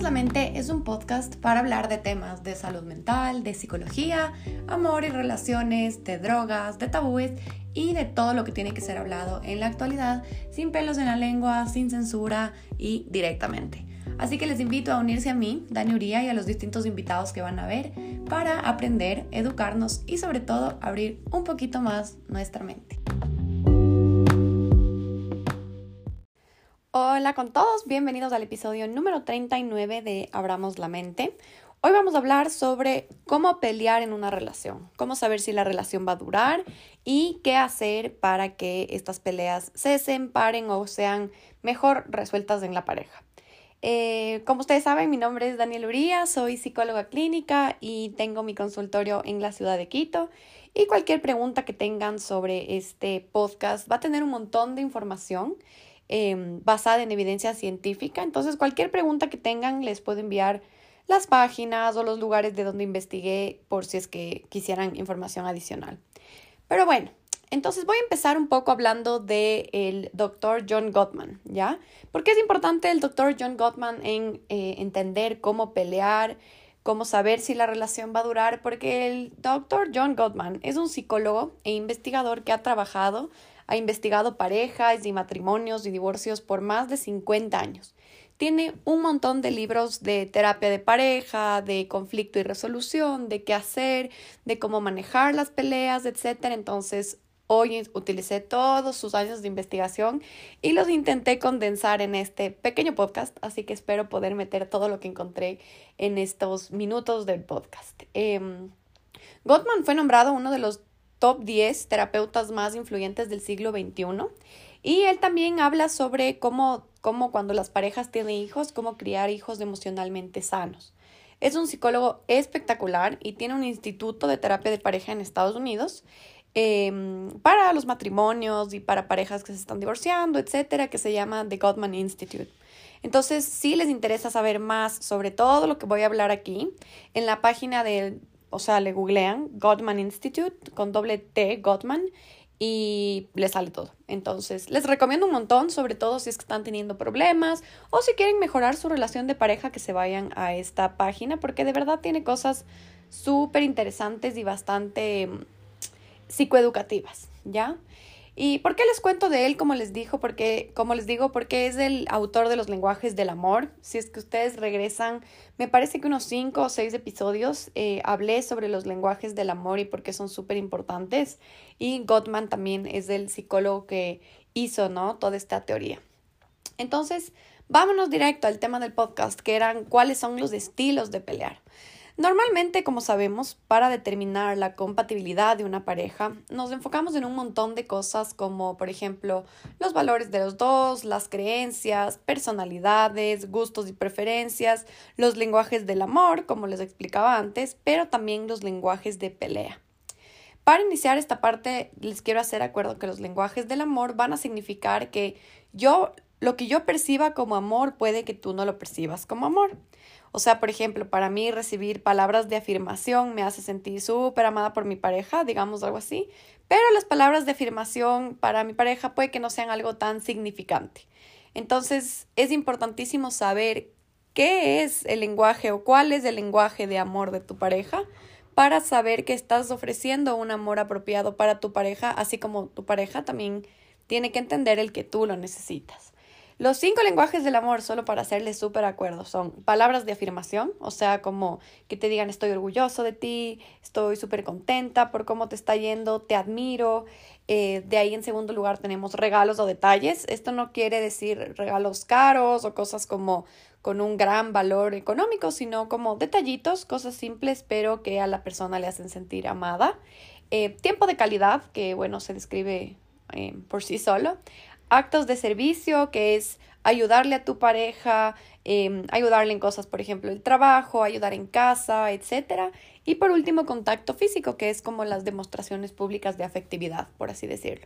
Abramos la Mente es un podcast para hablar de temas de salud mental, de psicología, amor y relaciones, de drogas, de tabúes y de todo lo que tiene que ser hablado en la actualidad, sin pelos en la lengua, sin censura y directamente. Así que les invito a unirse a mí, Dani Uría, y a los distintos invitados que van a ver para aprender, educarnos y sobre todo abrir un poquito más nuestra mente. Hola con todos, bienvenidos al episodio número 39 de Abramos la Mente. Hoy vamos a hablar sobre cómo pelear en una relación, cómo saber si la relación va a durar y qué hacer para que estas peleas cesen, paren o sean mejor resueltas en la pareja. Como ustedes saben, mi nombre es Daniela Uría, soy psicóloga clínica y tengo mi consultorio en la ciudad de Quito. Y cualquier pregunta que tengan sobre este podcast va a tener un montón de información basada en evidencia científica. Entonces, cualquier pregunta que tengan les puedo enviar las páginas o los lugares de donde investigué por si es que quisieran información adicional. Pero bueno, entonces voy a empezar un poco hablando del Dr. John Gottman, ¿ya? ¿Por qué es importante el Dr. John Gottman en entender cómo pelear, cómo saber si la relación va a durar? Porque el Dr. John Gottman es un psicólogo e investigador que ha investigado parejas y matrimonios y divorcios por más de 50 años. Tiene un montón de libros de terapia de pareja, de conflicto y resolución, de qué hacer, de cómo manejar las peleas, etc. Entonces, hoy utilicé todos sus años de investigación y los intenté condensar en este pequeño podcast, así que espero poder meter todo lo que encontré en estos minutos del podcast. Gottman fue nombrado uno de los top 10 terapeutas más influyentes del siglo XXI y él también habla sobre cómo cuando las parejas tienen hijos, cómo criar hijos emocionalmente sanos. Es un psicólogo espectacular y tiene un instituto de terapia de pareja en Estados Unidos para los matrimonios y para parejas que se están divorciando, etcétera, que se llama The Gottman Institute. Entonces, si les interesa saber más sobre todo lo que voy a hablar aquí, en la página le googlean Gottman Institute con doble T, Gottman, y les sale todo. Entonces, les recomiendo un montón, sobre todo si es que están teniendo problemas o si quieren mejorar su relación de pareja, que se vayan a esta página porque de verdad tiene cosas súper interesantes y bastante psicoeducativas, ¿ya? ¿Y por qué les cuento de él? Como les digo, porque es el autor de los lenguajes del amor. Si es que ustedes regresan, me parece que unos 5 o 6 episodios hablé sobre los lenguajes del amor y por qué son súper importantes. Y Gottman también es el psicólogo que hizo, ¿no?, toda esta teoría. Entonces, vámonos directo al tema del podcast, que eran cuáles son los estilos de pelear. Normalmente, como sabemos, para determinar la compatibilidad de una pareja, nos enfocamos en un montón de cosas como, por ejemplo, los valores de los dos, las creencias, personalidades, gustos y preferencias, los lenguajes del amor, como les explicaba antes, pero también los lenguajes de pelea. Para iniciar esta parte, les quiero hacer acuerdo que los lenguajes del amor van a significar que lo que yo perciba como amor puede que tú no lo percibas como amor. O sea, por ejemplo, para mí recibir palabras de afirmación me hace sentir súper amada por mi pareja, digamos algo así, pero las palabras de afirmación para mi pareja puede que no sean algo tan significante. Entonces, es importantísimo saber qué es el lenguaje o cuál es el lenguaje de amor de tu pareja para saber que estás ofreciendo un amor apropiado para tu pareja, así como tu pareja también tiene que entender el que tú lo necesitas. Los 5 lenguajes del amor, solo para hacerles súper acuerdo, son palabras de afirmación, o sea, como que te digan estoy orgulloso de ti, estoy súper contenta por cómo te está yendo, te admiro. De ahí en segundo lugar tenemos regalos o detalles. Esto no quiere decir regalos caros o cosas como con un gran valor económico, sino como detallitos, cosas simples, pero que a la persona le hacen sentir amada. Tiempo de calidad, que bueno, se describe por sí solo. Actos de servicio, que es ayudarle a tu pareja, ayudarle en cosas, por ejemplo, el trabajo, ayudar en casa, etc. Y por último, contacto físico, que es como las demostraciones públicas de afectividad, por así decirlo.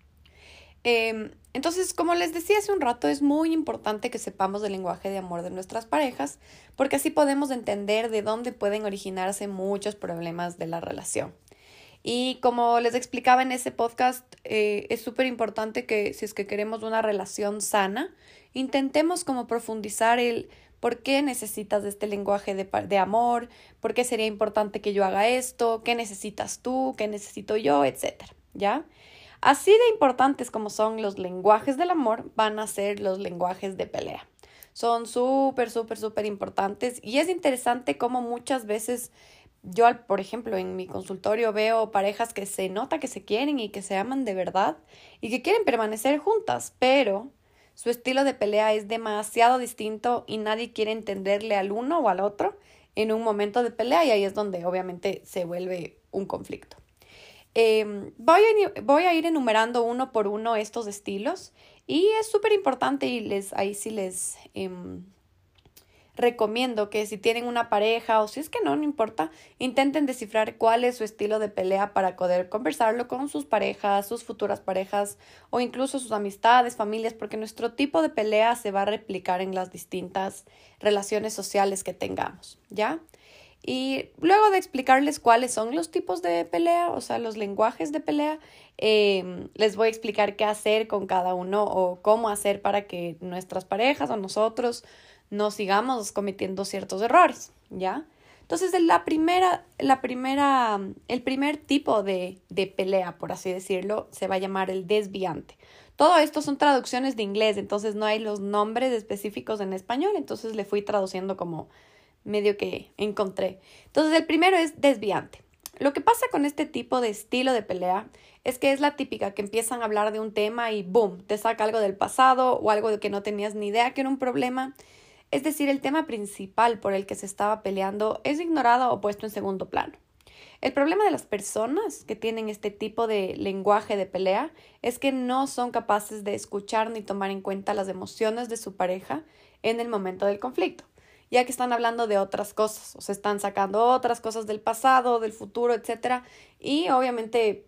Entonces, como les decía hace un rato, es muy importante que sepamos el lenguaje de amor de nuestras parejas, porque así podemos entender de dónde pueden originarse muchos problemas de la relación. Y como les explicaba en ese podcast, es súper importante que si es que queremos una relación sana, intentemos como profundizar el ¿Por qué necesitas de este lenguaje de amor? ¿Por qué sería importante que yo haga esto? ¿Qué necesitas tú? ¿Qué necesito yo? Etcétera, ¿ya? Así de importantes como son los lenguajes del amor, van a ser los lenguajes de pelea. Son súper, súper, súper importantes y es interesante cómo muchas veces yo, por ejemplo, en mi consultorio veo parejas que se nota que se quieren y que se aman de verdad y que quieren permanecer juntas, pero su estilo de pelea es demasiado distinto y nadie quiere entenderle al uno o al otro en un momento de pelea y ahí es donde obviamente se vuelve un conflicto. Voy a ir enumerando uno por uno estos estilos y es súper importante y ahí sí les recomiendo que si tienen una pareja o si es que no importa, intenten descifrar cuál es su estilo de pelea para poder conversarlo con sus parejas, sus futuras parejas o incluso sus amistades, familias, porque nuestro tipo de pelea se va a replicar en las distintas relaciones sociales que tengamos, ¿ya? Y luego de explicarles cuáles son los tipos de pelea, o sea, los lenguajes de pelea, les voy a explicar qué hacer con cada uno o cómo hacer para que nuestras parejas o nosotros no sigamos cometiendo ciertos errores, ¿ya? Entonces, el primer tipo de pelea, por así decirlo, se va a llamar el desviante. Todo esto son traducciones de inglés, entonces no hay los nombres específicos en español, entonces le fui traduciendo como medio que encontré. Entonces, el primero es desviante. Lo que pasa con este tipo de estilo de pelea es que es la típica que empiezan a hablar de un tema y boom, te saca algo del pasado o algo de que no tenías ni idea que era un problema. Es decir, el tema principal por el que se estaba peleando es ignorado o puesto en segundo plano. El problema de las personas que tienen este tipo de lenguaje de pelea es que no son capaces de escuchar ni tomar en cuenta las emociones de su pareja en el momento del conflicto, ya que están hablando de otras cosas, o se están sacando otras cosas del pasado, del futuro, etcétera, y obviamente,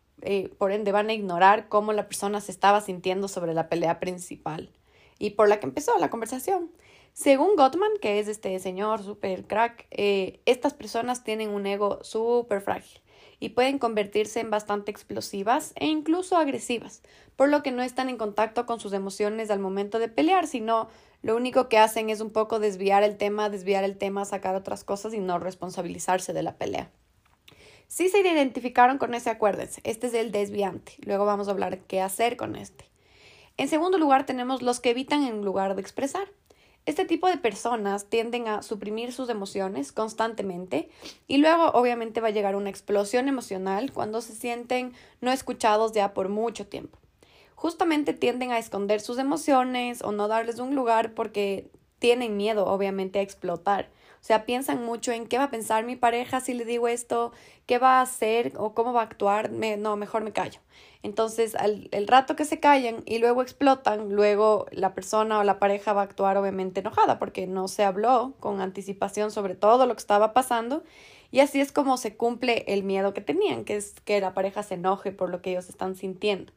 por ende, van a ignorar cómo la persona se estaba sintiendo sobre la pelea principal y por la que empezó la conversación. Según Gottman, que es este señor super crack, estas personas tienen un ego súper frágil y pueden convertirse en bastante explosivas e incluso agresivas, por lo que no están en contacto con sus emociones al momento de pelear, sino lo único que hacen es un poco desviar el tema, sacar otras cosas y no responsabilizarse de la pelea. Si se identificaron con ese, acuérdense, este es el desviante. Luego vamos a hablar qué hacer con este. En segundo lugar, tenemos los que evitan en lugar de expresar. Este tipo de personas tienden a suprimir sus emociones constantemente y luego obviamente va a llegar una explosión emocional cuando se sienten no escuchados ya por mucho tiempo. Justamente tienden a esconder sus emociones o no darles un lugar porque tienen miedo obviamente a explotar. O sea, piensan mucho en qué va a pensar mi pareja si le digo esto, qué va a hacer o cómo va a actuar. No, mejor me callo. Entonces, el rato que se callan y luego explotan, luego la persona o la pareja va a actuar obviamente enojada porque no se habló con anticipación sobre todo lo que estaba pasando y así es como se cumple el miedo que tenían, que es que la pareja se enoje por lo que ellos están sintiendo.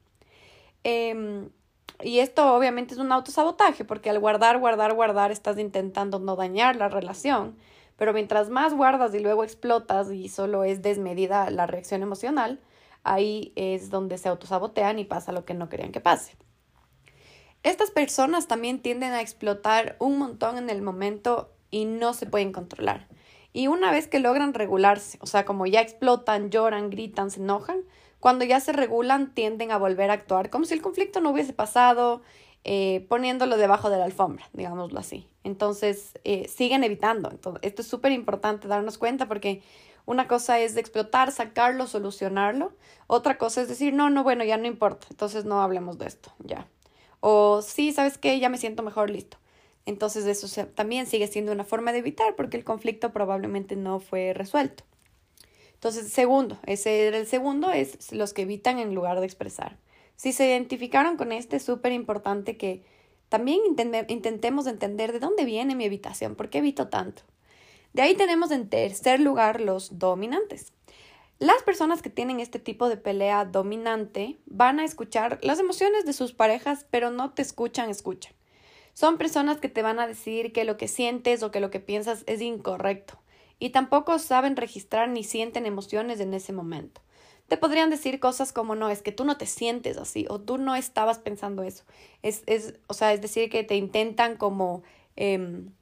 Y esto obviamente es un autosabotaje porque al guardar, estás intentando no dañar la relación, pero mientras más guardas y luego explotas y solo es desmedida la reacción emocional, ahí es donde se autosabotean y pasa lo que no querían que pase. Estas personas también tienden a explotar un montón en el momento y no se pueden controlar. Y una vez que logran regularse, o sea, como ya explotan, lloran, gritan, se enojan, cuando ya se regulan tienden a volver a actuar como si el conflicto no hubiese pasado, poniéndolo debajo de la alfombra, digámoslo así. Entonces, siguen evitando. Entonces, esto es súper importante darnos cuenta porque una cosa es de explotar, sacarlo, solucionarlo. Otra cosa es decir, no, bueno, ya no importa, entonces no hablemos de esto, ya. O sí, ¿sabes qué? Ya me siento mejor, listo. Entonces eso también sigue siendo una forma de evitar porque el conflicto probablemente no fue resuelto. Entonces, ese era el segundo, es los que evitan en lugar de expresar. Si se identificaron con este, es súper importante que también intentemos entender de dónde viene mi evitación, por qué evito tanto. De ahí tenemos en tercer lugar los dominantes. Las personas que tienen este tipo de pelea dominante van a escuchar las emociones de sus parejas, pero no te escuchan. Son personas que te van a decir que lo que sientes o que lo que piensas es incorrecto y tampoco saben registrar ni sienten emociones en ese momento. Te podrían decir cosas como, no, es que tú no te sientes así o tú no estabas pensando eso. Es decir, que te intentan como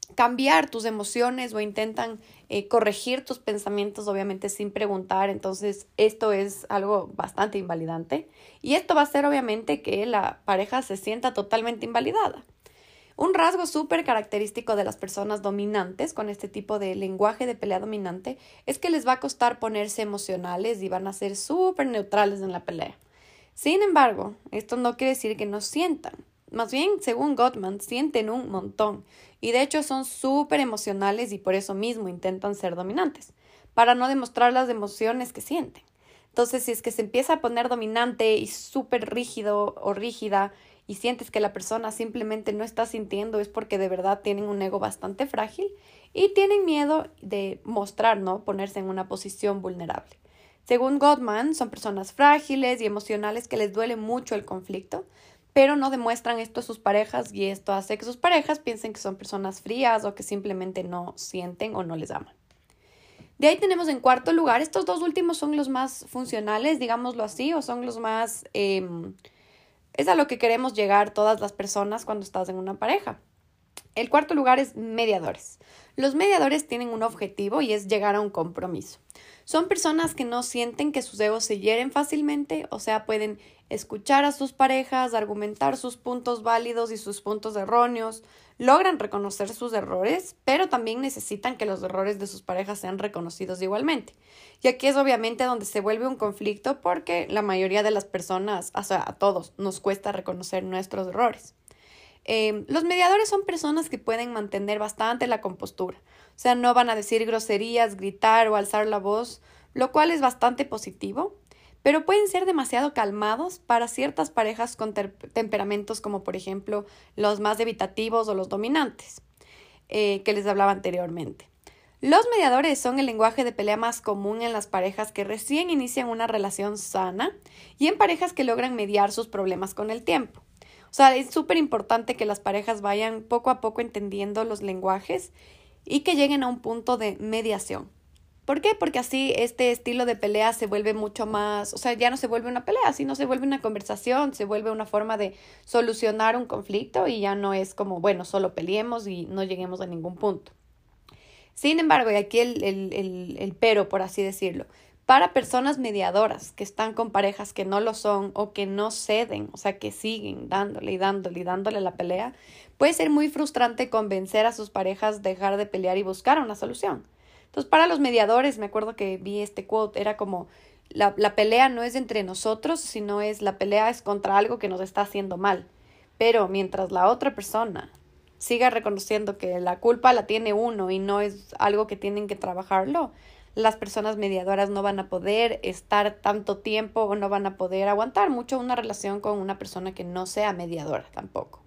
cambiar tus emociones o intentan corregir tus pensamientos, obviamente sin preguntar. Entonces esto es algo bastante invalidante y esto va a hacer obviamente que la pareja se sienta totalmente invalidada. Un rasgo súper característico de las personas dominantes con este tipo de lenguaje de pelea dominante es que les va a costar ponerse emocionales y van a ser súper neutrales en la pelea. Sin embargo, esto no quiere decir que no sientan. Más bien, según Gottman, sienten un montón y de hecho son súper emocionales y por eso mismo intentan ser dominantes, para no demostrar las emociones que sienten. Entonces, si es que se empieza a poner dominante y súper rígido o rígida y sientes que la persona simplemente no está sintiendo, es porque de verdad tienen un ego bastante frágil y tienen miedo de mostrar, ¿no? Ponerse en una posición vulnerable. Según Gottman, son personas frágiles y emocionales que les duele mucho el conflicto, pero no demuestran esto a sus parejas y esto hace que sus parejas piensen que son personas frías o que simplemente no sienten o no les aman. De ahí tenemos en cuarto lugar, estos dos últimos son los más funcionales, digámoslo así, o son los más... es a lo que queremos llegar todas las personas cuando estás en una pareja. El cuarto lugar es mediadores. Los mediadores tienen un objetivo y es llegar a un compromiso. Son personas que no sienten que sus egos se hieren fácilmente, o sea, pueden escuchar a sus parejas, argumentar sus puntos válidos y sus puntos erróneos, logran reconocer sus errores, pero también necesitan que los errores de sus parejas sean reconocidos igualmente. Y aquí es obviamente donde se vuelve un conflicto porque la mayoría de las personas, o sea, a todos, nos cuesta reconocer nuestros errores. Los mediadores son personas que pueden mantener bastante la compostura, o sea, no van a decir groserías, gritar o alzar la voz, lo cual es bastante positivo, pero pueden ser demasiado calmados para ciertas parejas con temperamentos como por ejemplo los más evitativos o los dominantes, que les hablaba anteriormente. Los mediadores son el lenguaje de pelea más común en las parejas que recién inician una relación sana y en parejas que logran mediar sus problemas con el tiempo. O sea, es súper importante que las parejas vayan poco a poco entendiendo los lenguajes y que lleguen a un punto de mediación. ¿Por qué? Porque así este estilo de pelea se vuelve mucho más, o sea, ya no se vuelve una pelea, sino se vuelve una conversación, se vuelve una forma de solucionar un conflicto y ya no es como, bueno, solo peleemos y no lleguemos a ningún punto. Sin embargo, y aquí el pero, por así decirlo, para personas mediadoras que están con parejas que no lo son o que no ceden, o sea, que siguen dándole y dándole y dándole la pelea, puede ser muy frustrante convencer a sus parejas de dejar de pelear y buscar una solución. Entonces, para los mediadores, me acuerdo que vi este quote, era como, la pelea no es entre nosotros, sino la pelea es contra algo que nos está haciendo mal. Pero mientras la otra persona siga reconociendo que la culpa la tiene uno y no es algo que tienen que trabajarlo, las personas mediadoras no van a poder estar tanto tiempo o no van a poder aguantar mucho una relación con una persona que no sea mediadora tampoco.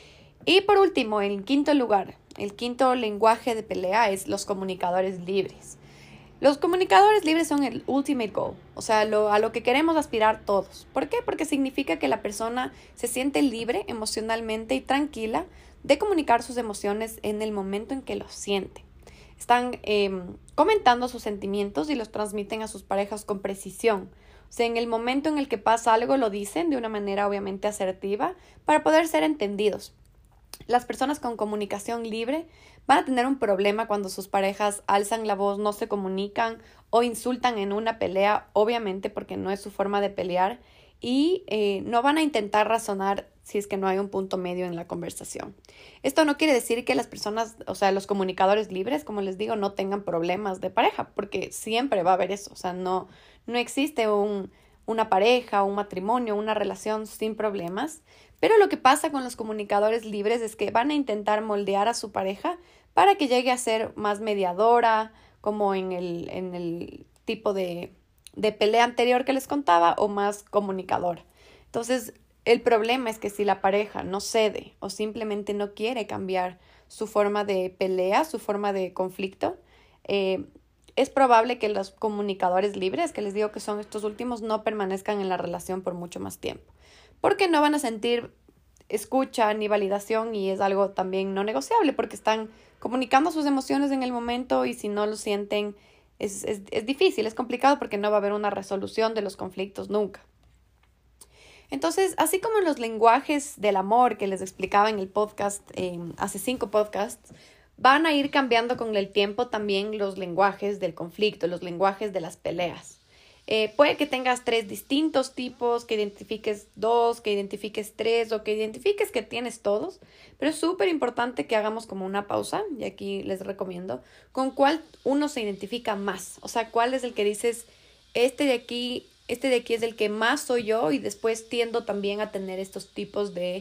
Y por último, en quinto lugar, el quinto lenguaje de pelea es los comunicadores libres. Los comunicadores libres son el ultimate goal, o sea, a lo que queremos aspirar todos. ¿Por qué? Porque significa que la persona se siente libre emocionalmente y tranquila de comunicar sus emociones en el momento en que lo siente. Están comentando sus sentimientos y los transmiten a sus parejas con precisión. O sea, en el momento en el que pasa algo lo dicen de una manera obviamente asertiva para poder ser entendidos. Las personas con comunicación libre van a tener un problema cuando sus parejas alzan la voz, no se comunican o insultan en una pelea, obviamente porque no es su forma de pelear y no van a intentar razonar si es que no hay un punto medio en la conversación. Esto no quiere decir que las personas, o sea, los comunicadores libres, como les digo, no tengan problemas de pareja, porque siempre va a haber eso. O sea, no existe una pareja, un matrimonio, una relación sin problemas. Pero lo que pasa con los comunicadores libres es que van a intentar moldear a su pareja para que llegue a ser más mediadora, como en el tipo de pelea anterior que les contaba, o más comunicadora. Entonces, el problema es que si la pareja no cede o simplemente no quiere cambiar su forma de pelea, su forma de conflicto, es probable que los comunicadores libres, que les digo que son estos últimos, no permanezcan en la relación por mucho más tiempo, porque no van a sentir escucha ni validación y es algo también no negociable porque están comunicando sus emociones en el momento y si no lo sienten es difícil, es complicado porque no va a haber una resolución de los conflictos nunca. Entonces, así como los lenguajes del amor que les explicaba en el podcast, hace 5 podcasts, van a ir cambiando con el tiempo también los lenguajes del conflicto, los lenguajes de las peleas. Puede que tengas 3 distintos tipos, que identifiques 2, que identifiques 3 o que identifiques que tienes todos, pero es súper importante que hagamos como una pausa, y aquí les recomiendo, con cuál uno se identifica más, o sea, cuál es el que dices, este de aquí es el que más soy yo y después tiendo también a tener estos tipos de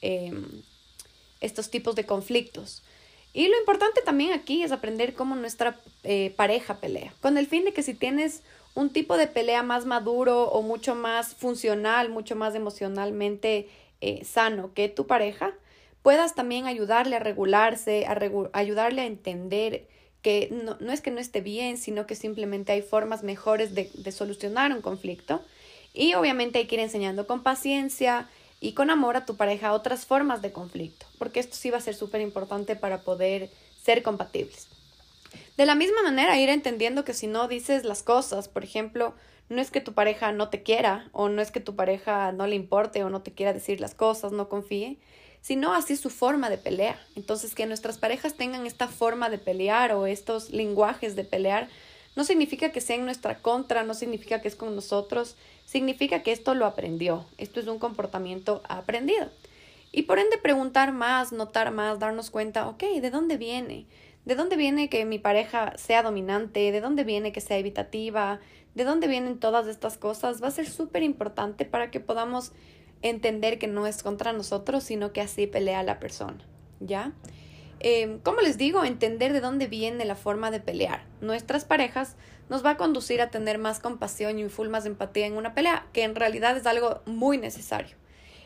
conflictos. Y lo importante también aquí es aprender cómo nuestra pareja pelea, con el fin de que si tienes un tipo de pelea más maduro o mucho más funcional, mucho más emocionalmente sano que tu pareja, puedas también ayudarle a regularse, ayudarle a entender que no es que no esté bien, sino que simplemente hay formas mejores de solucionar un conflicto. Y obviamente hay que ir enseñando con paciencia y con amor a tu pareja otras formas de conflicto, porque esto sí va a ser súper importante para poder ser compatibles. De la misma manera, ir entendiendo que si no dices las cosas, por ejemplo, no es que tu pareja no te quiera, o no es que tu pareja no le importe o no te quiera decir las cosas, no confíe, sino así es su forma de pelear. Entonces, que nuestras parejas tengan esta forma de pelear o estos lenguajes de pelear, no significa que sea en nuestra contra, no significa que es con nosotros, significa que esto lo aprendió, esto es un comportamiento aprendido. Y por ende preguntar más, notar más, darnos cuenta, ok, ¿de dónde viene? ¿De dónde viene que mi pareja sea dominante? ¿De dónde viene que sea evitativa? ¿De dónde vienen todas estas cosas? Va a ser súper importante para que podamos entender que no es contra nosotros, sino que así pelea la persona, ¿ya? Como les digo, entender de dónde viene la forma de pelear. Nuestras parejas nos va a conducir a tener más compasión y full más empatía en una pelea, que en realidad es algo muy necesario.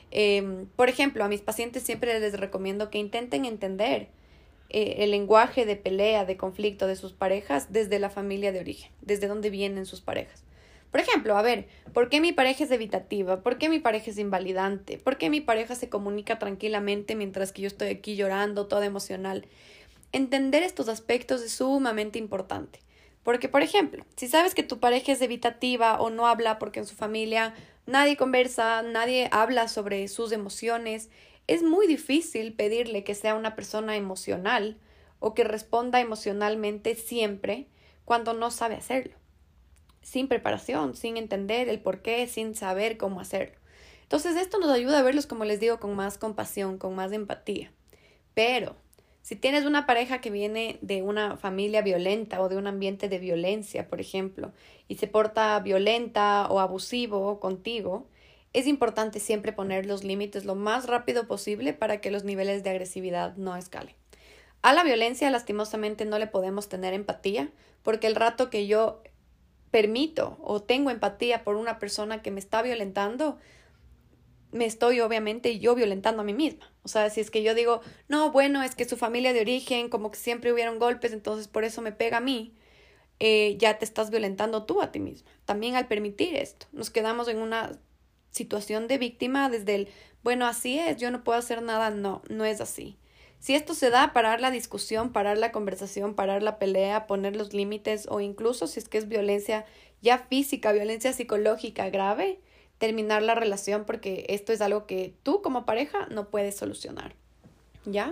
Por ejemplo, a mis pacientes siempre les recomiendo que intenten entender el lenguaje de pelea, de conflicto de sus parejas desde la familia de origen, desde dónde vienen sus parejas. Por ejemplo, a ver, ¿por qué mi pareja es evitativa? ¿Por qué mi pareja es invalidante? ¿Por qué mi pareja se comunica tranquilamente mientras que yo estoy aquí llorando, toda emocional? Entender estos aspectos es sumamente importante. Porque, por ejemplo, si sabes que tu pareja es evitativa o no habla porque en su familia nadie conversa, nadie habla sobre sus emociones, es muy difícil pedirle que sea una persona emocional o que responda emocionalmente siempre cuando no sabe hacerlo. Sin preparación, sin entender el por qué, sin saber cómo hacerlo. Entonces esto nos ayuda a verlos, como les digo, con más compasión, con más empatía. Pero si tienes una pareja que viene de una familia violenta o de un ambiente de violencia, por ejemplo, y se porta violenta o abusivo contigo, es importante siempre poner los límites lo más rápido posible para que los niveles de agresividad no escalen. A la violencia, lastimosamente, no le podemos tener empatía, porque el rato que yo permito o tengo empatía por una persona que me está violentando, me estoy obviamente yo violentando a mí misma. O sea, si es que yo digo, no, bueno, es que su familia de origen, como que siempre hubieron golpes, entonces por eso me pega a mí, ya te estás violentando tú a ti misma. También al permitir esto, nos quedamos en una situación de víctima desde el, bueno, así es, yo no puedo hacer nada. No, no es así. Si esto se da, parar la discusión, parar la conversación, parar la pelea, poner los límites o incluso si es que es violencia ya física, violencia psicológica grave, terminar la relación porque esto es algo que tú como pareja no puedes solucionar, ¿ya?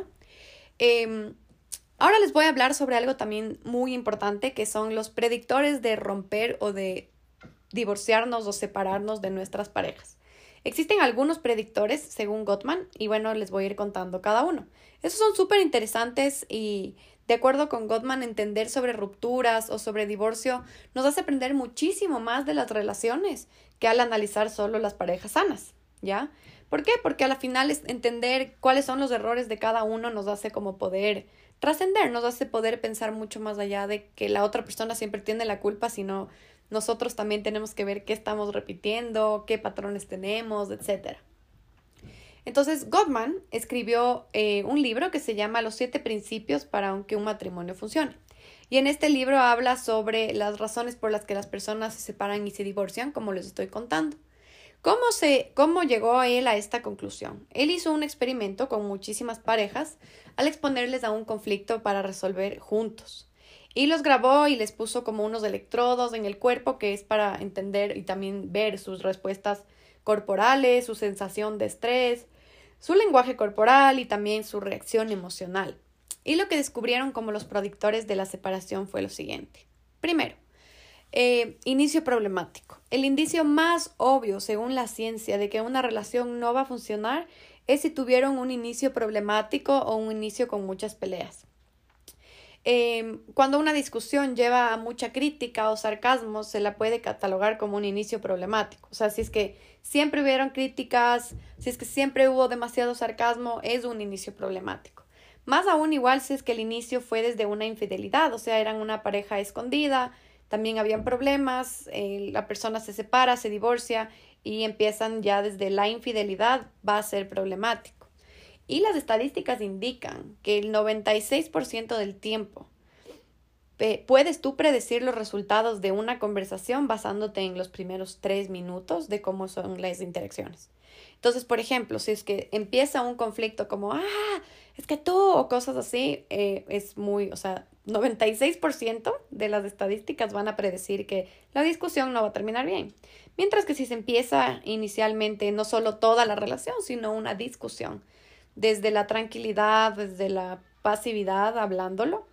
Ahora les voy a hablar sobre algo también muy importante que son los predictores de romper o de divorciarnos o separarnos de nuestras parejas. Existen algunos predictores, según Gottman, y bueno, les voy a ir contando cada uno. Esos son súper interesantes y, de acuerdo con Gottman, entender sobre rupturas o sobre divorcio nos hace aprender muchísimo más de las relaciones que al analizar solo las parejas sanas, ¿ya? ¿Por qué? Porque a la final entender cuáles son los errores de cada uno nos hace como poder trascender, nos hace poder pensar mucho más allá de que la otra persona siempre tiene la culpa, sino nosotros también tenemos que ver qué estamos repitiendo, qué patrones tenemos, etc. Entonces, Gottman escribió un libro que se llama Los 7 principios para que un matrimonio funcione. Y en este libro habla sobre las razones por las que las personas se separan y se divorcian, como les estoy contando. ¿Cómo llegó él a esta conclusión? Él hizo un experimento con muchísimas parejas al exponerles a un conflicto para resolver juntos. Y los grabó y les puso como unos electrodos en el cuerpo que es para entender y también ver sus respuestas corporales, su sensación de estrés, su lenguaje corporal y también su reacción emocional. Y lo que descubrieron como los predictores de la separación fue lo siguiente. Primero, inicio problemático. El indicio más obvio, según la ciencia, de que una relación no va a funcionar es si tuvieron un inicio problemático o un inicio con muchas peleas. Cuando una discusión lleva a mucha crítica o sarcasmo, se la puede catalogar como un inicio problemático. O sea, si es que siempre hubieron críticas, si es que siempre hubo demasiado sarcasmo, es un inicio problemático. Más aún igual si es que el inicio fue desde una infidelidad, o sea, eran una pareja escondida, también habían problemas, la persona se separa, se divorcia y empiezan ya desde la infidelidad, va a ser problemático. Y las estadísticas indican que el 96% del tiempo puedes tú predecir los resultados de una conversación basándote en los primeros 3 minutos de cómo son las interacciones. Entonces, por ejemplo, si es que empieza un conflicto como, es que tú, o cosas así, es muy, o sea, 96% de las estadísticas van a predecir que la discusión no va a terminar bien. Mientras que si se empieza inicialmente no solo toda la relación, sino una discusión, desde la tranquilidad, desde la pasividad, hablándolo,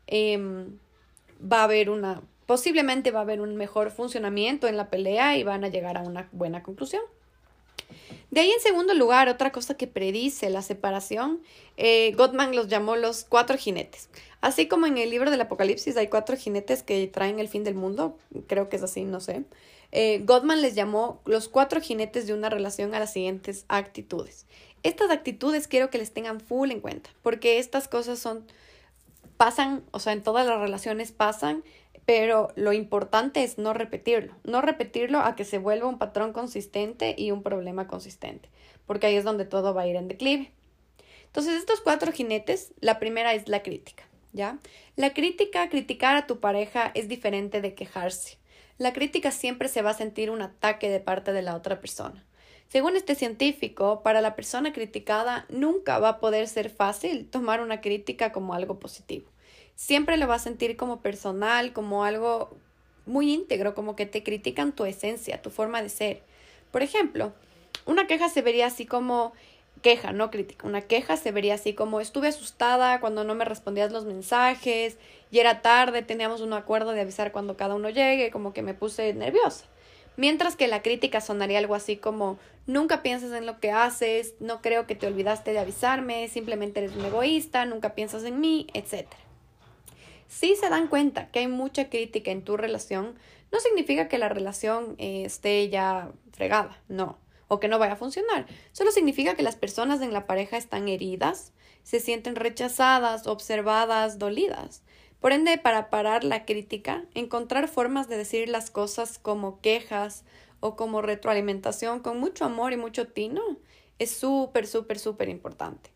posiblemente va a haber un mejor funcionamiento en la pelea y van a llegar a una buena conclusión. De ahí, en segundo lugar, otra cosa que predice la separación, Gottman los llamó los 4 jinetes. Así como en el libro del Apocalipsis hay 4 jinetes que traen el fin del mundo, creo que es así, no sé. Gottman les llamó los 4 jinetes de una relación a las siguientes actitudes. Estas actitudes quiero que les tengan full en cuenta, porque estas cosas pasan, o sea, en todas las relaciones pasan, pero lo importante es no repetirlo a que se vuelva un patrón consistente y un problema consistente, porque ahí es donde todo va a ir en declive. Entonces, estos 4 jinetes, la primera es la crítica, ¿ya? Criticar a tu pareja es diferente de quejarse. La crítica siempre se va a sentir un ataque de parte de la otra persona. Según este científico, para la persona criticada nunca va a poder ser fácil tomar una crítica como algo positivo. Siempre lo va a sentir como personal, como algo muy íntegro, como que te critican tu esencia, tu forma de ser. Por ejemplo, una queja se vería así como queja, no crítica. Una queja se vería así como estuve asustada cuando no me respondías los mensajes y era tarde, teníamos un acuerdo de avisar cuando cada uno llegue, como que me puse nerviosa. Mientras que la crítica sonaría algo así como nunca piensas en lo que haces, no creo que te olvidaste de avisarme, simplemente eres un egoísta, nunca piensas en mí, etc. Si se dan cuenta que hay mucha crítica en tu relación, no significa que la relación esté ya fregada, no, o que no vaya a funcionar. Solo significa que las personas en la pareja están heridas, se sienten rechazadas, observadas, dolidas. Por ende, para parar la crítica, encontrar formas de decir las cosas como quejas o como retroalimentación con mucho amor y mucho tino es súper, súper, súper importante.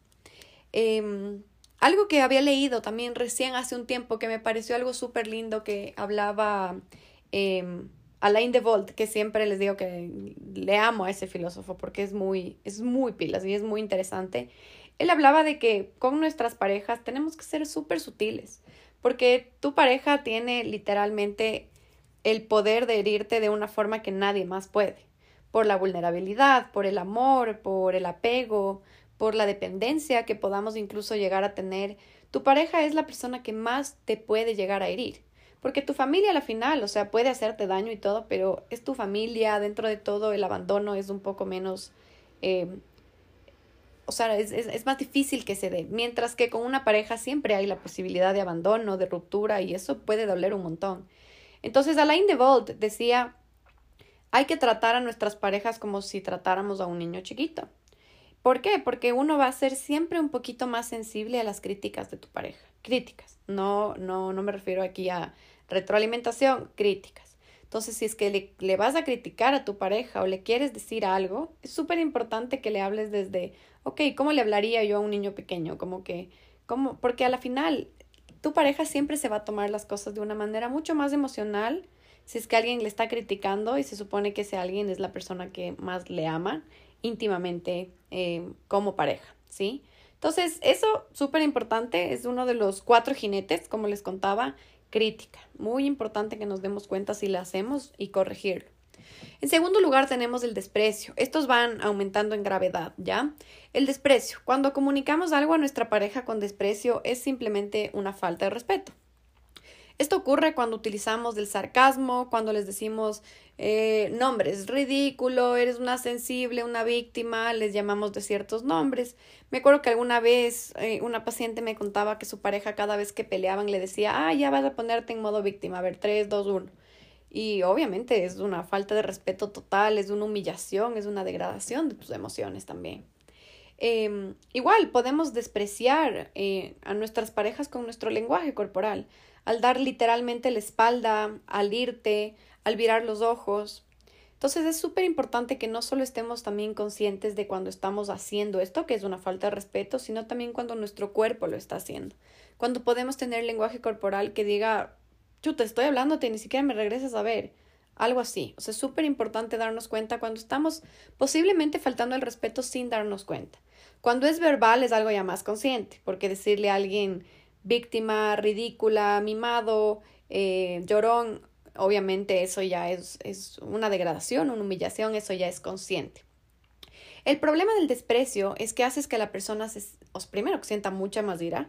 Algo que había leído también recién hace un tiempo que me pareció algo súper lindo que hablaba Alain de Botton, que siempre les digo que le amo a ese filósofo porque es muy pilas y es muy interesante. Él hablaba de que con nuestras parejas tenemos que ser súper sutiles, porque tu pareja tiene literalmente el poder de herirte de una forma que nadie más puede, por la vulnerabilidad, por el amor, por el apego, por la dependencia que podamos incluso llegar a tener. Tu pareja es la persona que más te puede llegar a herir, porque tu familia a la final, o sea, puede hacerte daño y todo, pero es tu familia, dentro de todo el abandono es un poco menos, o sea, es más difícil que se dé, mientras que con una pareja siempre hay la posibilidad de abandono, de ruptura, y eso puede doler un montón. Entonces, Alain de Botton decía, hay que tratar a nuestras parejas como si tratáramos a un niño chiquito. ¿Por qué? Porque uno va a ser siempre un poquito más sensible a las críticas de tu pareja. Críticas. No me refiero aquí a retroalimentación, críticas. Entonces, si es que le vas a criticar a tu pareja o le quieres decir algo, es súper importante que le hables desde, ok, ¿cómo le hablaría yo a un niño pequeño? Porque a la final, tu pareja siempre se va a tomar las cosas de una manera mucho más emocional si es que alguien le está criticando y se supone que ese alguien es la persona que más le ama íntimamente como pareja, ¿sí? Entonces, eso súper importante, es uno de los 4 jinetes, como les contaba, crítica. Muy importante que nos demos cuenta si la hacemos y corregirlo. En segundo lugar tenemos el desprecio. Estos van aumentando en gravedad, ¿ya? El desprecio. Cuando comunicamos algo a nuestra pareja con desprecio es simplemente una falta de respeto. Esto ocurre cuando utilizamos el sarcasmo, cuando les decimos nombres, ridículo, eres una sensible, una víctima, les llamamos de ciertos nombres. Me acuerdo que alguna vez una paciente me contaba que su pareja cada vez que peleaban le decía, ya vas a ponerte en modo víctima, a ver, 3, 2, 1. Y obviamente es una falta de respeto total, es una humillación, es una degradación de tus emociones también. Igual podemos despreciar a nuestras parejas con nuestro lenguaje corporal, al dar literalmente la espalda, al irte, al virar los ojos. Entonces es súper importante que no solo estemos también conscientes de cuando estamos haciendo esto, que es una falta de respeto, sino también cuando nuestro cuerpo lo está haciendo. Cuando podemos tener lenguaje corporal que diga, chuta, estoy hablándote y ni siquiera me regresas a ver. Algo así. O sea, es súper importante darnos cuenta cuando estamos posiblemente faltando el respeto sin darnos cuenta. Cuando es verbal es algo ya más consciente, porque decirle a alguien víctima, ridícula, mimado, llorón, obviamente eso ya es una degradación, una humillación, eso ya es consciente. El problema del desprecio es que haces que la persona primero que sienta mucha más ira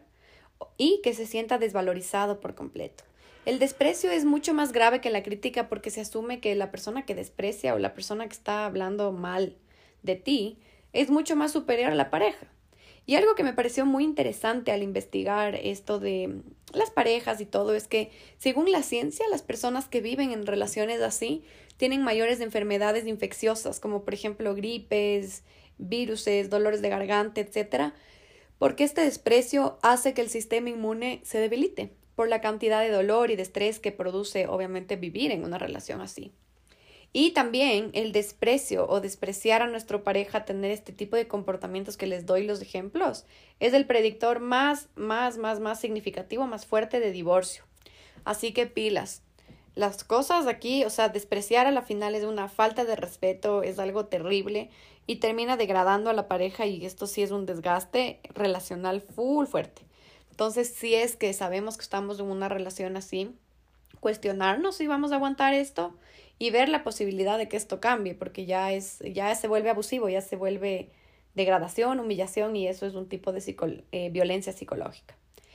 y que se sienta desvalorizado por completo. El desprecio es mucho más grave que la crítica porque se asume que la persona que desprecia o la persona que está hablando mal de ti es mucho más superior a la pareja. Y algo que me pareció muy interesante al investigar esto de las parejas y todo es que, según la ciencia, las personas que viven en relaciones así tienen mayores enfermedades infecciosas, como por ejemplo gripes, viruses, dolores de garganta, etcétera, porque este desprecio hace que el sistema inmune se debilite por la cantidad de dolor y de estrés que produce, obviamente, vivir en una relación así. Y también el desprecio o despreciar a nuestra pareja, tener este tipo de comportamientos que les doy los ejemplos, es el predictor más significativo, más fuerte de divorcio. Así que pilas. Las cosas aquí, o sea, despreciar a la final es una falta de respeto, es algo terrible y termina degradando a la pareja y esto sí es un desgaste relacional full fuerte. Entonces, si es que sabemos que estamos en una relación así, cuestionarnos si vamos a aguantar esto y ver la posibilidad de que esto cambie, porque ya se vuelve abusivo, ya se vuelve degradación, humillación y eso es un tipo de violencia psicológica.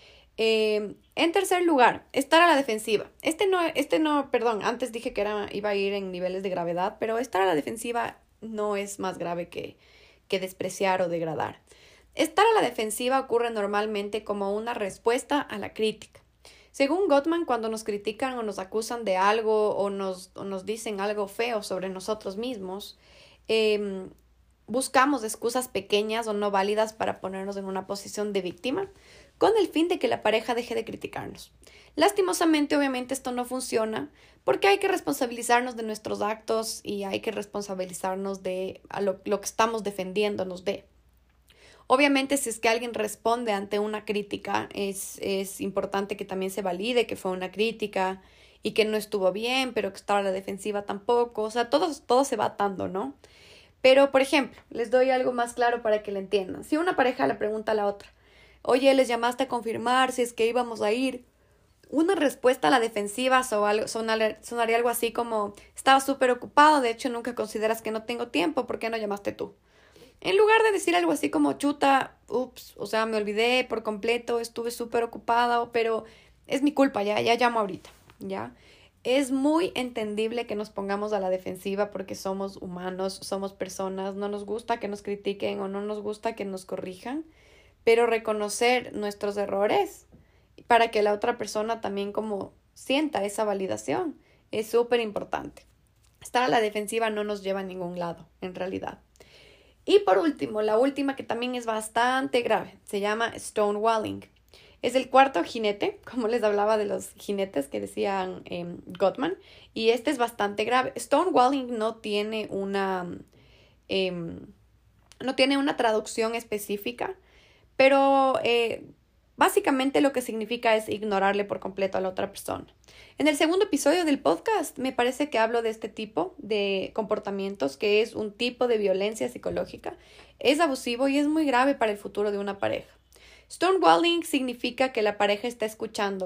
En tercer lugar, estar a la defensiva. Antes dije que iba a ir en niveles de gravedad, pero estar a la defensiva no es más grave que despreciar o degradar. Estar a la defensiva ocurre normalmente como una respuesta a la crítica. Según Gottman, cuando nos critican o nos acusan de algo o nos dicen algo feo sobre nosotros mismos, buscamos excusas pequeñas o no válidas para ponernos en una posición de víctima con el fin de que la pareja deje de criticarnos. Lastimosamente, obviamente, esto no funciona porque hay que responsabilizarnos de nuestros actos y hay que responsabilizarnos de lo que estamos defendiéndonos de. Obviamente, si es que alguien responde ante una crítica, es importante que también se valide que fue una crítica y que no estuvo bien, pero que estaba a la defensiva tampoco. O sea, todo se va atando, ¿no? Pero, por ejemplo, les doy algo más claro para que lo entiendan. Si una pareja le pregunta a la otra, oye, ¿les llamaste a confirmar si es que íbamos a ir? Una respuesta a la defensiva sonaría algo así como, estaba súper ocupado, de hecho nunca consideras que no tengo tiempo, ¿por qué no llamaste tú? En lugar de decir algo así como, chuta, o sea, me olvidé por completo, estuve súper ocupada, pero es mi culpa, ya llamo ahorita, ¿ya? Es muy entendible que nos pongamos a la defensiva porque somos humanos, somos personas, no nos gusta que nos critiquen o no nos gusta que nos corrijan, pero reconocer nuestros errores para que la otra persona también como sienta esa validación es súper importante. Estar a la defensiva no nos lleva a ningún lado, en realidad. Y por último, la última que también es bastante grave, se llama stonewalling. Es el cuarto jinete, como les hablaba de los jinetes que decían Gottman, y este es bastante grave. Stonewalling no tiene una traducción específica, pero básicamente lo que significa es ignorarle por completo a la otra persona. En el segundo episodio del podcast me parece que hablo de este tipo de comportamientos, que es un tipo de violencia psicológica. Es abusivo y es muy grave para el futuro de una pareja. Stonewalling significa que la pareja está escuchando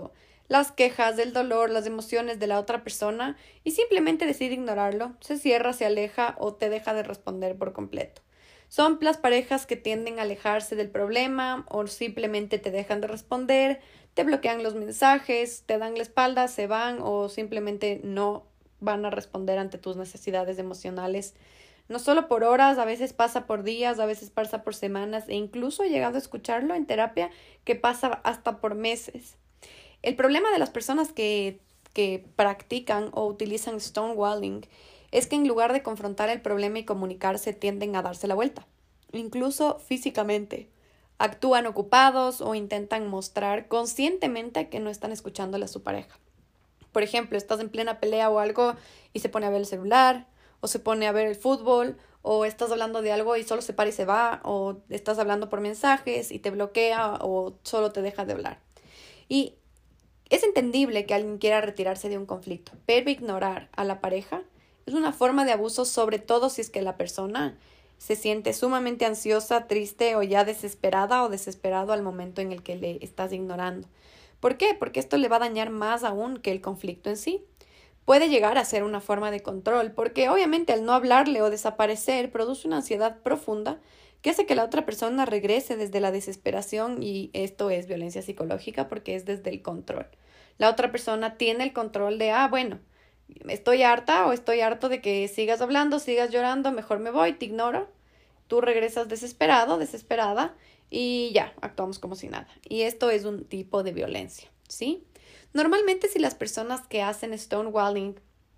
las quejas, el dolor, las emociones de la otra persona y simplemente decide ignorarlo, se cierra, se aleja o te deja de responder por completo. Son las parejas que tienden a alejarse del problema o simplemente te dejan de responder, te bloquean los mensajes, te dan la espalda, se van o simplemente no van a responder ante tus necesidades emocionales. No solo por horas, a veces pasa por días, a veces pasa por semanas e incluso he llegado a escucharlo en terapia que pasa hasta por meses. El problema de las personas que practican o utilizan stonewalling es que en lugar de confrontar el problema y comunicarse tienden a darse la vuelta, incluso físicamente. Actúan ocupados o intentan mostrar conscientemente que no están escuchándole a su pareja. Por ejemplo, estás en plena pelea o algo y se pone a ver el celular, o se pone a ver el fútbol, o estás hablando de algo y solo se para y se va, o estás hablando por mensajes y te bloquea o solo te deja de hablar. Y es entendible que alguien quiera retirarse de un conflicto, pero ignorar a la pareja es una forma de abuso, sobre todo si es que la persona se siente sumamente ansiosa, triste o ya desesperada o desesperado al momento en el que le estás ignorando. ¿Por qué? Porque esto le va a dañar más aún que el conflicto en sí. Puede llegar a ser una forma de control, porque obviamente al no hablarle o desaparecer produce una ansiedad profunda que hace que la otra persona regrese desde la desesperación y esto es violencia psicológica porque es desde el control. La otra persona tiene el control de, bueno, estoy harta o estoy harto de que sigas hablando, sigas llorando, mejor me voy, te ignoro. Tú regresas desesperado, desesperada y ya, actuamos como si nada. Y esto es un tipo de violencia, ¿sí? Normalmente las personas que hacen stonewalling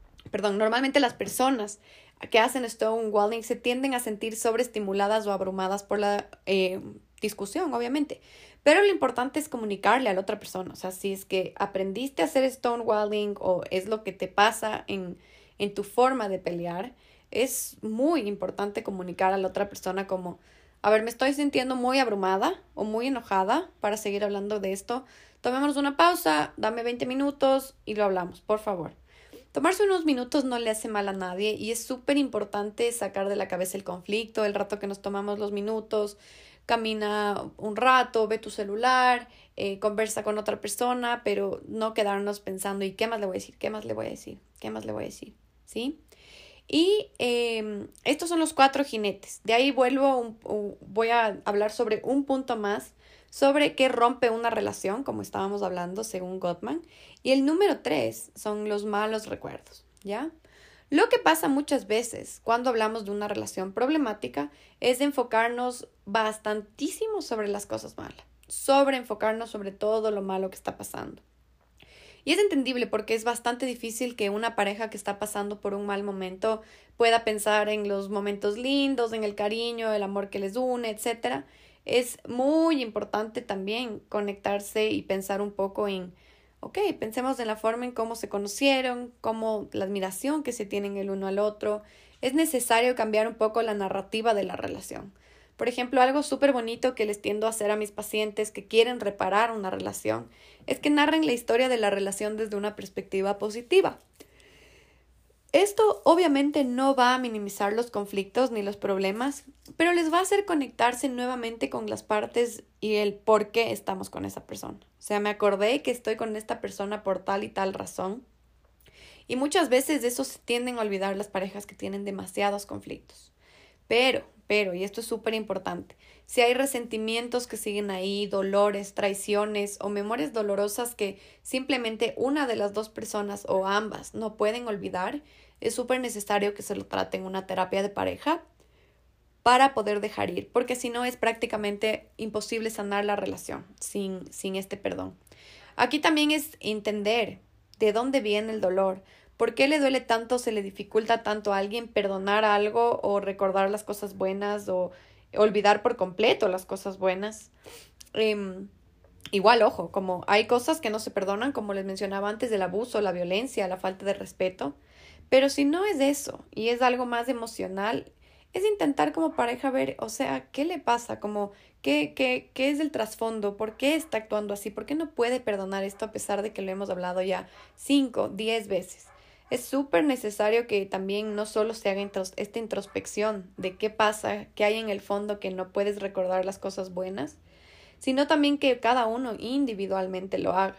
se tienden a sentir sobreestimuladas o abrumadas por la discusión, obviamente. Pero lo importante es comunicarle a la otra persona. O sea, si es que aprendiste a hacer stonewalling o es lo que te pasa en tu forma de pelear, es muy importante comunicar a la otra persona como, a ver, me estoy sintiendo muy abrumada o muy enojada para seguir hablando de esto. Tomémonos una pausa, dame 20 minutos y lo hablamos, por favor. Tomarse unos minutos no le hace mal a nadie y es súper importante sacar de la cabeza el conflicto, el rato que nos tomamos los minutos, camina un rato, ve tu celular, conversa con otra persona, pero no quedarnos pensando, ¿y qué más le voy a decir? ¿Qué más le voy a decir? ¿Qué más le voy a decir? ¿Sí? Y estos son los 4 jinetes. De ahí voy a hablar sobre un punto más sobre qué rompe una relación, como estábamos hablando según Gottman. Y el número 3 son los malos recuerdos, ¿ya? Lo que pasa muchas veces cuando hablamos de una relación problemática es enfocarnos bastantísimo sobre las cosas malas, sobre enfocarnos sobre todo lo malo que está pasando. Y es entendible porque es bastante difícil que una pareja que está pasando por un mal momento pueda pensar en los momentos lindos, en el cariño, el amor que les une, etc. Es muy importante también conectarse y pensar un poco en, pensemos en la forma en cómo se conocieron, cómo la admiración que se tienen el uno al otro. Es necesario cambiar un poco la narrativa de la relación. Por ejemplo, algo súper bonito que les tiendo a hacer a mis pacientes que quieren reparar una relación es que narren la historia de la relación desde una perspectiva positiva. Esto obviamente no va a minimizar los conflictos ni los problemas, pero les va a hacer conectarse nuevamente con las partes y el por qué estamos con esa persona. O sea, me acordé que estoy con esta persona por tal y tal razón. Y muchas veces de eso se tienden a olvidar las parejas que tienen demasiados conflictos. Pero, y esto es súper importante, si hay resentimientos que siguen ahí, dolores, traiciones o memorias dolorosas que simplemente una de las dos personas o ambas no pueden olvidar, es súper necesario que se lo traten en una terapia de pareja para poder dejar ir, porque si no es prácticamente imposible sanar la relación sin este perdón. Aquí también es entender de dónde viene el dolor. ¿Por qué le duele tanto, se le dificulta tanto a alguien perdonar algo o recordar las cosas buenas o olvidar por completo las cosas buenas? Igual, ojo, como hay cosas que no se perdonan, como les mencionaba antes, del abuso, la violencia, la falta de respeto. Pero si no es eso y es algo más emocional, es intentar como pareja ver, o sea, ¿qué le pasa? Como, ¿qué es el trasfondo? ¿Por qué está actuando así? ¿Por qué no puede perdonar esto a pesar de que lo hemos hablado ya 5, 10 veces? Es súper necesario que también no solo se haga esta introspección de qué pasa, qué hay en el fondo que no puedes recordar las cosas buenas, sino también que cada uno individualmente lo haga.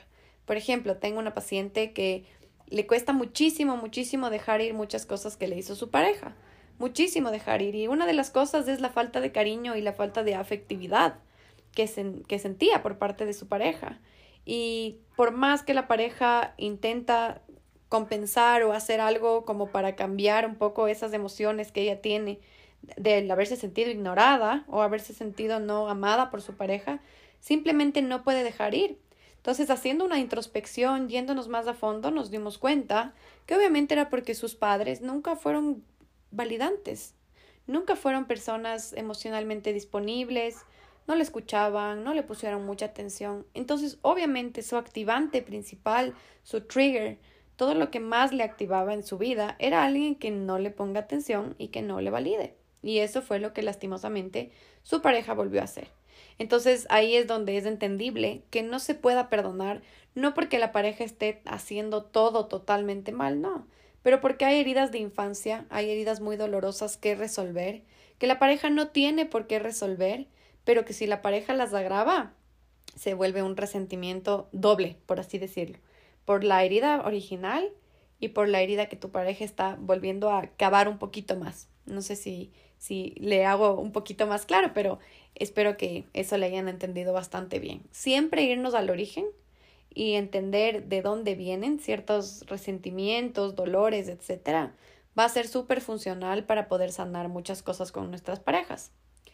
Por ejemplo, tengo una paciente que le cuesta muchísimo, muchísimo dejar ir muchas cosas que le hizo su pareja. Muchísimo dejar ir. Y una de las cosas es la falta de cariño y la falta de afectividad que sentía por parte de su pareja. Y por más que la pareja intenta compensar o hacer algo como para cambiar un poco esas emociones que ella tiene del haberse sentido ignorada o haberse sentido no amada por su pareja, simplemente no puede dejar ir. Entonces, haciendo una introspección, yéndonos más a fondo, nos dimos cuenta que obviamente era porque sus padres nunca fueron validantes, nunca fueron personas emocionalmente disponibles, no le escuchaban, no le pusieron mucha atención. Entonces, obviamente, su activante principal, su trigger, todo lo que más le activaba en su vida era alguien que no le ponga atención y que no le valide. Y eso fue lo que lastimosamente su pareja volvió a hacer. Entonces ahí es donde es entendible que no se pueda perdonar, no porque la pareja esté haciendo todo totalmente mal, no, pero porque hay heridas de infancia, hay heridas muy dolorosas que resolver, que la pareja no tiene por qué resolver, pero que si la pareja las agrava, se vuelve un resentimiento doble, por así decirlo, por la herida original y por la herida que tu pareja está volviendo a cavar un poquito más. No sé si le hago un poquito más claro, pero espero que eso le hayan entendido bastante bien. Siempre irnos al origen y entender de dónde vienen ciertos resentimientos, dolores, etcétera, va a ser súper funcional para poder sanar muchas cosas con nuestras parejas.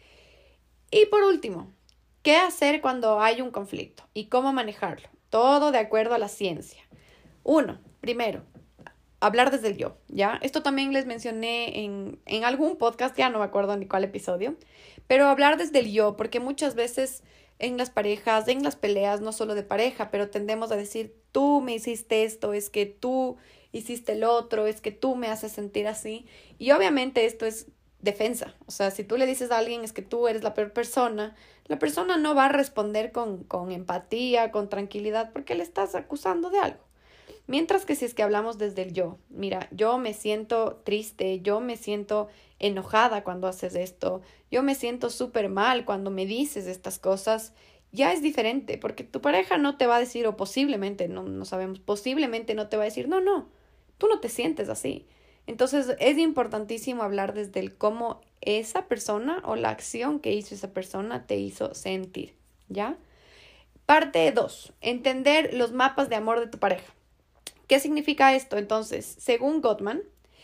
Y por último, ¿qué hacer cuando hay un conflicto y cómo manejarlo? Todo de acuerdo a la ciencia. Primero, hablar desde el yo, ¿ya? Esto también les mencioné en algún podcast, ya no me acuerdo ni cuál episodio, pero hablar desde el yo, porque muchas veces en las parejas, en las peleas, no solo de pareja, pero tendemos a decir, tú me hiciste esto, es que tú hiciste el otro, es que tú me haces sentir así, y obviamente esto es defensa, o sea, si tú le dices a alguien es que tú eres la peor persona, la persona no va a responder con empatía, con tranquilidad, porque le estás acusando de algo. Mientras que si es que hablamos desde el yo, mira, yo me siento triste, yo me siento enojada cuando haces esto, yo me siento súper mal cuando me dices estas cosas, ya es diferente, porque tu pareja no te va a decir, o posiblemente, no sabemos, posiblemente no te va a decir, no, tú no te sientes así. Entonces es importantísimo hablar desde el cómo esa persona o la acción que hizo esa persona te hizo sentir, ¿ya? Parte 2. Entender los mapas de amor de tu pareja. ¿Qué significa esto? Entonces, según Gottman,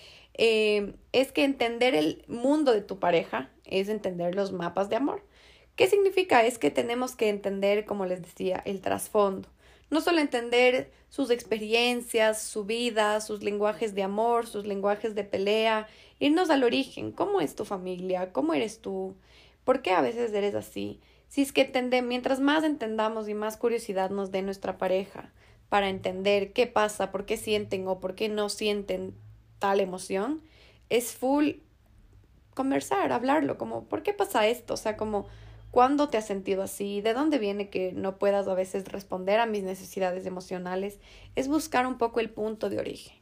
es que entender el mundo de tu pareja es entender los mapas de amor. ¿Qué significa? Es que tenemos que entender, como les decía, el trasfondo. No solo entender sus experiencias, su vida, sus lenguajes de amor, sus lenguajes de pelea, irnos al origen. ¿Cómo es tu familia? ¿Cómo eres tú? ¿Por qué a veces eres así? Si es que mientras más entendamos y más curiosidad nos dé nuestra pareja, para entender qué pasa, por qué sienten o por qué no sienten tal emoción, es full conversar, hablarlo, como, ¿por qué pasa esto? O sea, como, ¿cuándo te has sentido así? ¿De dónde viene que no puedas a veces responder a mis necesidades emocionales? Es buscar un poco el punto de origen.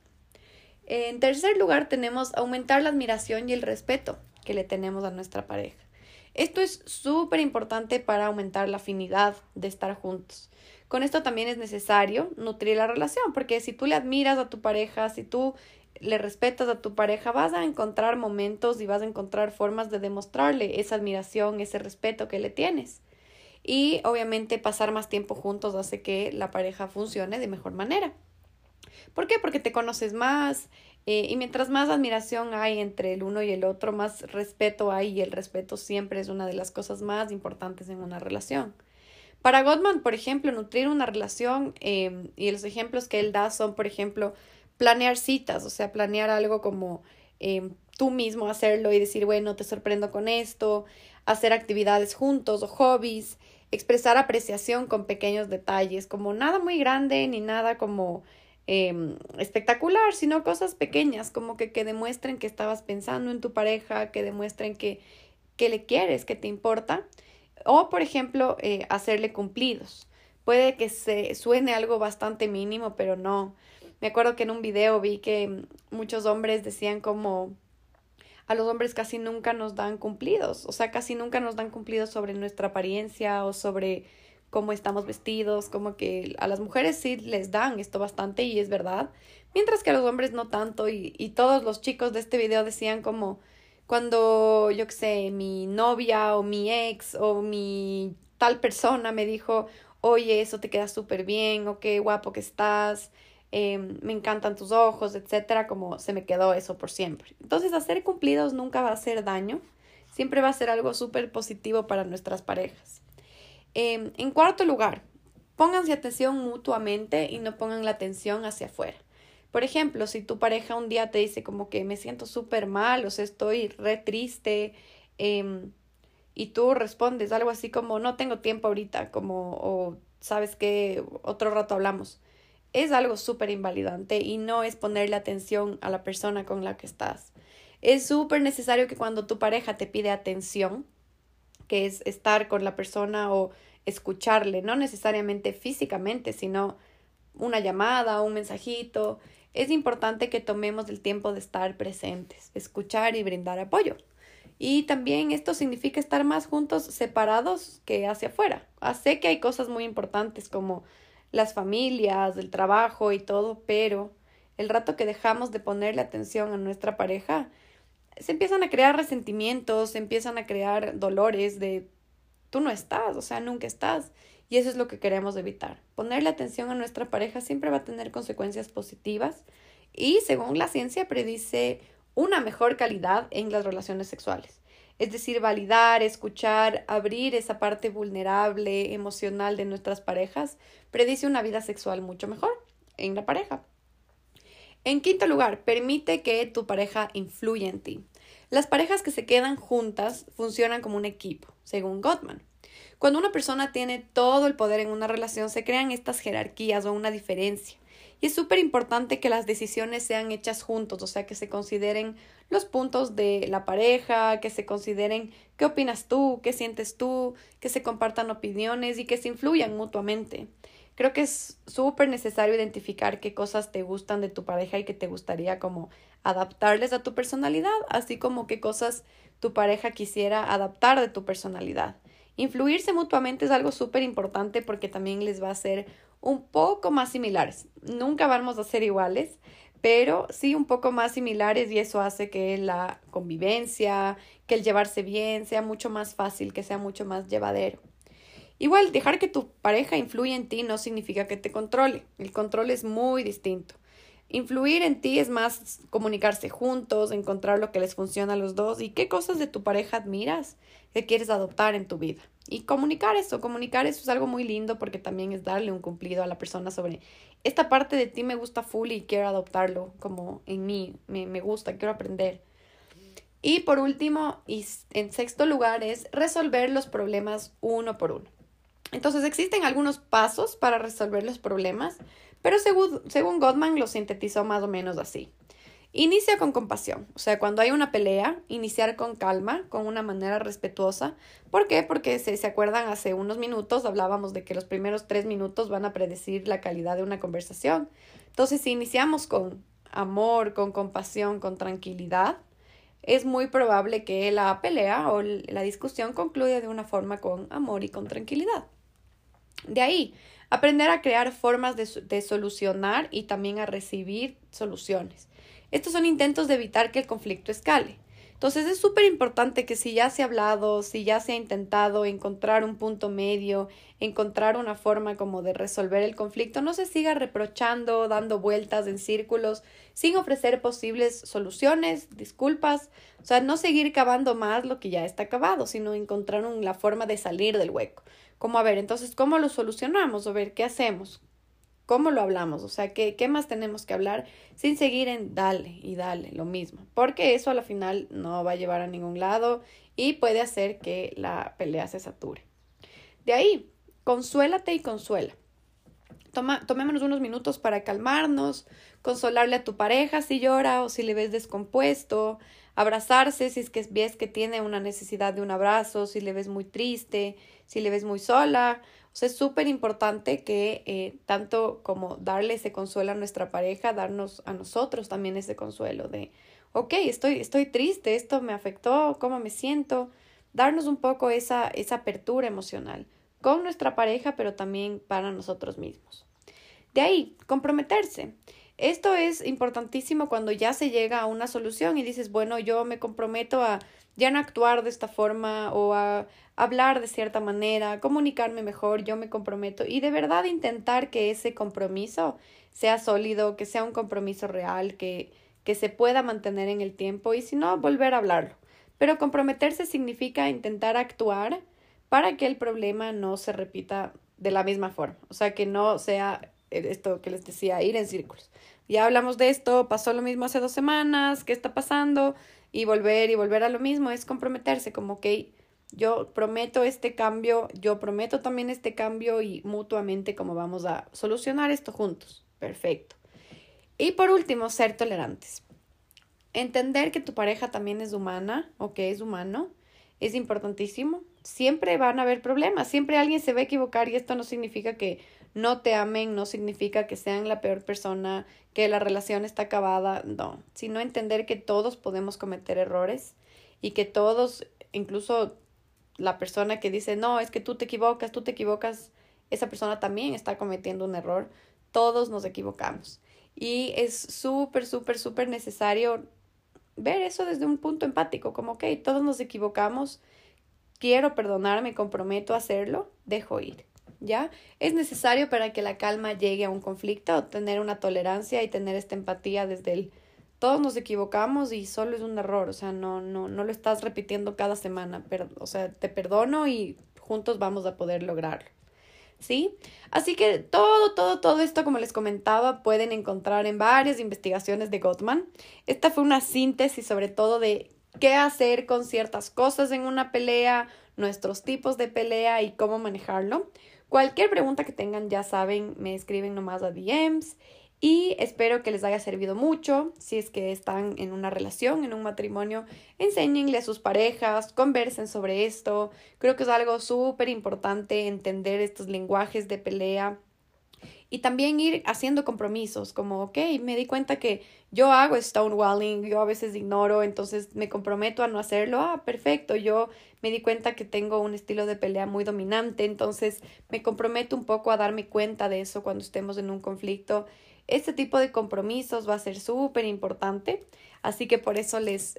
En tercer lugar, tenemos aumentar la admiración y el respeto que le tenemos a nuestra pareja. Esto es súper importante para aumentar la afinidad de estar juntos. Con esto también es necesario nutrir la relación, porque si tú le admiras a tu pareja, si tú le respetas a tu pareja, vas a encontrar momentos y vas a encontrar formas de demostrarle esa admiración, ese respeto que le tienes. Y obviamente pasar más tiempo juntos hace que la pareja funcione de mejor manera. ¿Por qué? Porque te conoces más y mientras más admiración hay entre el uno y el otro, más respeto hay y el respeto siempre es una de las cosas más importantes en una relación. Para Gottman, por ejemplo, nutrir una relación y los ejemplos que él da son, por ejemplo, planear citas, o sea, planear algo como tú mismo hacerlo y decir, bueno, te sorprendo con esto, hacer actividades juntos o hobbies, expresar apreciación con pequeños detalles, como nada muy grande ni nada como espectacular, sino cosas pequeñas, como que demuestren que estabas pensando en tu pareja, que demuestren que le quieres, que te importa. O, por ejemplo, hacerle cumplidos. Puede que se suene algo bastante mínimo, pero no. Me acuerdo que en un video vi que muchos hombres decían como a los hombres casi nunca nos dan cumplidos. O sea, casi nunca nos dan cumplidos sobre nuestra apariencia o sobre cómo estamos vestidos, como que a las mujeres sí les dan esto bastante y es verdad, mientras que a los hombres no tanto y todos los chicos de este video decían como cuando, yo qué sé, mi novia o mi ex o mi tal persona me dijo, oye, eso te queda súper bien, o qué guapo que estás, me encantan tus ojos, etcétera, como se me quedó eso por siempre. Entonces, hacer cumplidos nunca va a hacer daño, siempre va a ser algo súper positivo para nuestras parejas. En cuarto lugar, pónganse atención mutuamente y no pongan la atención hacia afuera. Por ejemplo, si tu pareja un día te dice como que me siento súper mal, o sea, estoy re triste, y tú respondes algo así como no tengo tiempo ahorita, como o sabes que otro rato hablamos. Es algo súper invalidante y no es ponerle atención a la persona con la que estás. Es súper necesario que cuando tu pareja te pide atención, que es estar con la persona o escucharle, no necesariamente físicamente, sino una llamada, un mensajito, es importante que tomemos el tiempo de estar presentes, escuchar y brindar apoyo. Y también esto significa estar más juntos separados que hacia afuera. Sé que hay cosas muy importantes como las familias, el trabajo y todo, pero el rato que dejamos de ponerle atención a nuestra pareja, se empiezan a crear resentimientos, se empiezan a crear dolores de tú no estás, o sea, nunca estás. Y eso es lo que queremos evitar. Ponerle atención a nuestra pareja siempre va a tener consecuencias positivas y según la ciencia predice una mejor calidad en las relaciones sexuales. Es decir, validar, escuchar, abrir esa parte vulnerable, emocional de nuestras parejas, predice una vida sexual mucho mejor en la pareja. En quinto lugar, permite que tu pareja influya en ti. Las parejas que se quedan juntas funcionan como un equipo, según Gottman. Cuando una persona tiene todo el poder en una relación, se crean estas jerarquías o una diferencia. Y es súper importante que las decisiones sean hechas juntos, o sea, que se consideren los puntos de la pareja, que se consideren qué opinas tú, qué sientes tú, que se compartan opiniones y que se influyan mutuamente. Creo que es súper necesario identificar qué cosas te gustan de tu pareja y que te gustaría como adaptarles a tu personalidad, así como qué cosas tu pareja quisiera adaptar de tu personalidad. Influirse mutuamente es algo súper importante porque también les va a hacer un poco más similares. Nunca vamos a ser iguales, pero sí un poco más similares y eso hace que la convivencia, que el llevarse bien sea mucho más fácil, que sea mucho más llevadero. Igual, dejar que tu pareja influya en ti no significa que te controle. El control es muy distinto. Influir en ti es más comunicarse juntos, encontrar lo que les funciona a los dos y qué cosas de tu pareja admiras que quieres adoptar en tu vida. Y comunicar eso es algo muy lindo porque también es darle un cumplido a la persona sobre esta parte de ti me gusta full y quiero adoptarlo como en mí, me gusta, quiero aprender. Y por último, y en sexto lugar, es resolver los problemas uno por uno. Entonces existen algunos pasos para resolver los problemas, pero según Gottman lo sintetizó más o menos así. Inicia con compasión, o sea, cuando hay una pelea, iniciar con calma, con una manera respetuosa. ¿Por qué? Porque si se acuerdan, hace unos minutos hablábamos de que los primeros 3 minutos van a predecir la calidad de una conversación. Entonces, si iniciamos con amor, con compasión, con tranquilidad, es muy probable que la pelea o la discusión concluya de una forma con amor y con tranquilidad. De ahí, aprender a crear formas de solucionar y también a recibir soluciones. Estos son intentos de evitar que el conflicto escale. Entonces es súper importante que si ya se ha hablado, si ya se ha intentado encontrar un punto medio, encontrar una forma como de resolver el conflicto, no se siga reprochando, dando vueltas en círculos, sin ofrecer posibles soluciones, disculpas, o sea, no seguir cavando más lo que ya está cavado, sino encontrar la forma de salir del hueco. Como, a ver, entonces, ¿cómo lo solucionamos? A ver, ¿qué hacemos? ¿Cómo lo hablamos? O sea, ¿qué más tenemos que hablar sin seguir en dale y dale lo mismo? Porque eso a la final no va a llevar a ningún lado y puede hacer que la pelea se sature. De ahí, consuélate y consuela. Tomémonos unos minutos para calmarnos, consolarle a tu pareja si llora o si le ves descompuesto, abrazarse si es que ves que tiene una necesidad de un abrazo, si le ves muy triste, si le ves muy sola. O sea, es súper importante que tanto como darle ese consuelo a nuestra pareja, darnos a nosotros también ese consuelo de, ok, estoy triste, esto me afectó, cómo me siento, darnos un poco esa apertura emocional. con nuestra pareja, pero también para nosotros mismos. De ahí, comprometerse. Esto es importantísimo cuando ya se llega a una solución y dices, bueno, yo me comprometo a ya no actuar de esta forma o a hablar de cierta manera, comunicarme mejor, yo me comprometo y de verdad intentar que ese compromiso sea sólido, que sea un compromiso real, que se pueda mantener en el tiempo y si no, volver a hablarlo. Pero comprometerse significa intentar actuar para que el problema no se repita de la misma forma, o sea, que no sea esto que les decía, ir en círculos. Ya hablamos de esto, pasó lo mismo hace 2 semanas, ¿qué está pasando? Y volver a lo mismo es comprometerse, como que yo prometo este cambio, yo prometo también este cambio y mutuamente como vamos a solucionar esto juntos. Perfecto. Y por último, ser tolerantes. Entender que tu pareja también es humana o que es humano es importantísimo. Siempre van a haber problemas, siempre alguien se va a equivocar y esto no significa que no te amen, no significa que sean la peor persona, que la relación está acabada, no, sino entender que todos podemos cometer errores y que todos, incluso la persona que dice, no, es que tú te equivocas, esa persona también está cometiendo un error, todos nos equivocamos. Y es súper, súper, súper necesario ver eso desde un punto empático, como, ok, todos nos equivocamos, quiero perdonar, me comprometo a hacerlo, dejo ir, ¿ya? Es necesario para que la calma llegue a un conflicto, tener una tolerancia y tener esta empatía desde el todos nos equivocamos y solo es un error, o sea, no lo estás repitiendo cada semana, pero, o sea, te perdono y juntos vamos a poder lograrlo. ¿Sí? Así que todo esto, como les comentaba, pueden encontrar en varias investigaciones de Gottman. Esta fue una síntesis sobre todo de qué hacer con ciertas cosas en una pelea, nuestros tipos de pelea y cómo manejarlo. Cualquier pregunta que tengan, ya saben, me escriben nomás a DMs y espero que les haya servido mucho. Si es que están en una relación, en un matrimonio, enséñenle a sus parejas, conversen sobre esto. Creo que es algo súper importante entender estos lenguajes de pelea y también ir haciendo compromisos, como, ok, me di cuenta que yo hago stonewalling, yo a veces ignoro, entonces me comprometo a no hacerlo. Ah, perfecto, yo me di cuenta que tengo un estilo de pelea muy dominante, entonces me comprometo un poco a darme cuenta de eso cuando estemos en un conflicto. Este tipo de compromisos va a ser súper importante, así que por eso les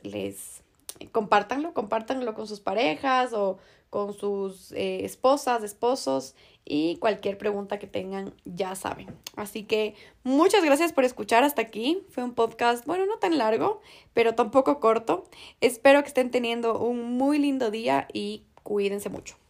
compártanlo con sus parejas o con sus esposas, esposos y cualquier pregunta que tengan, ya saben. Así que muchas gracias por escuchar hasta aquí. Fue un podcast, bueno, no tan largo, pero tampoco corto. Espero que estén teniendo un muy lindo día y cuídense mucho.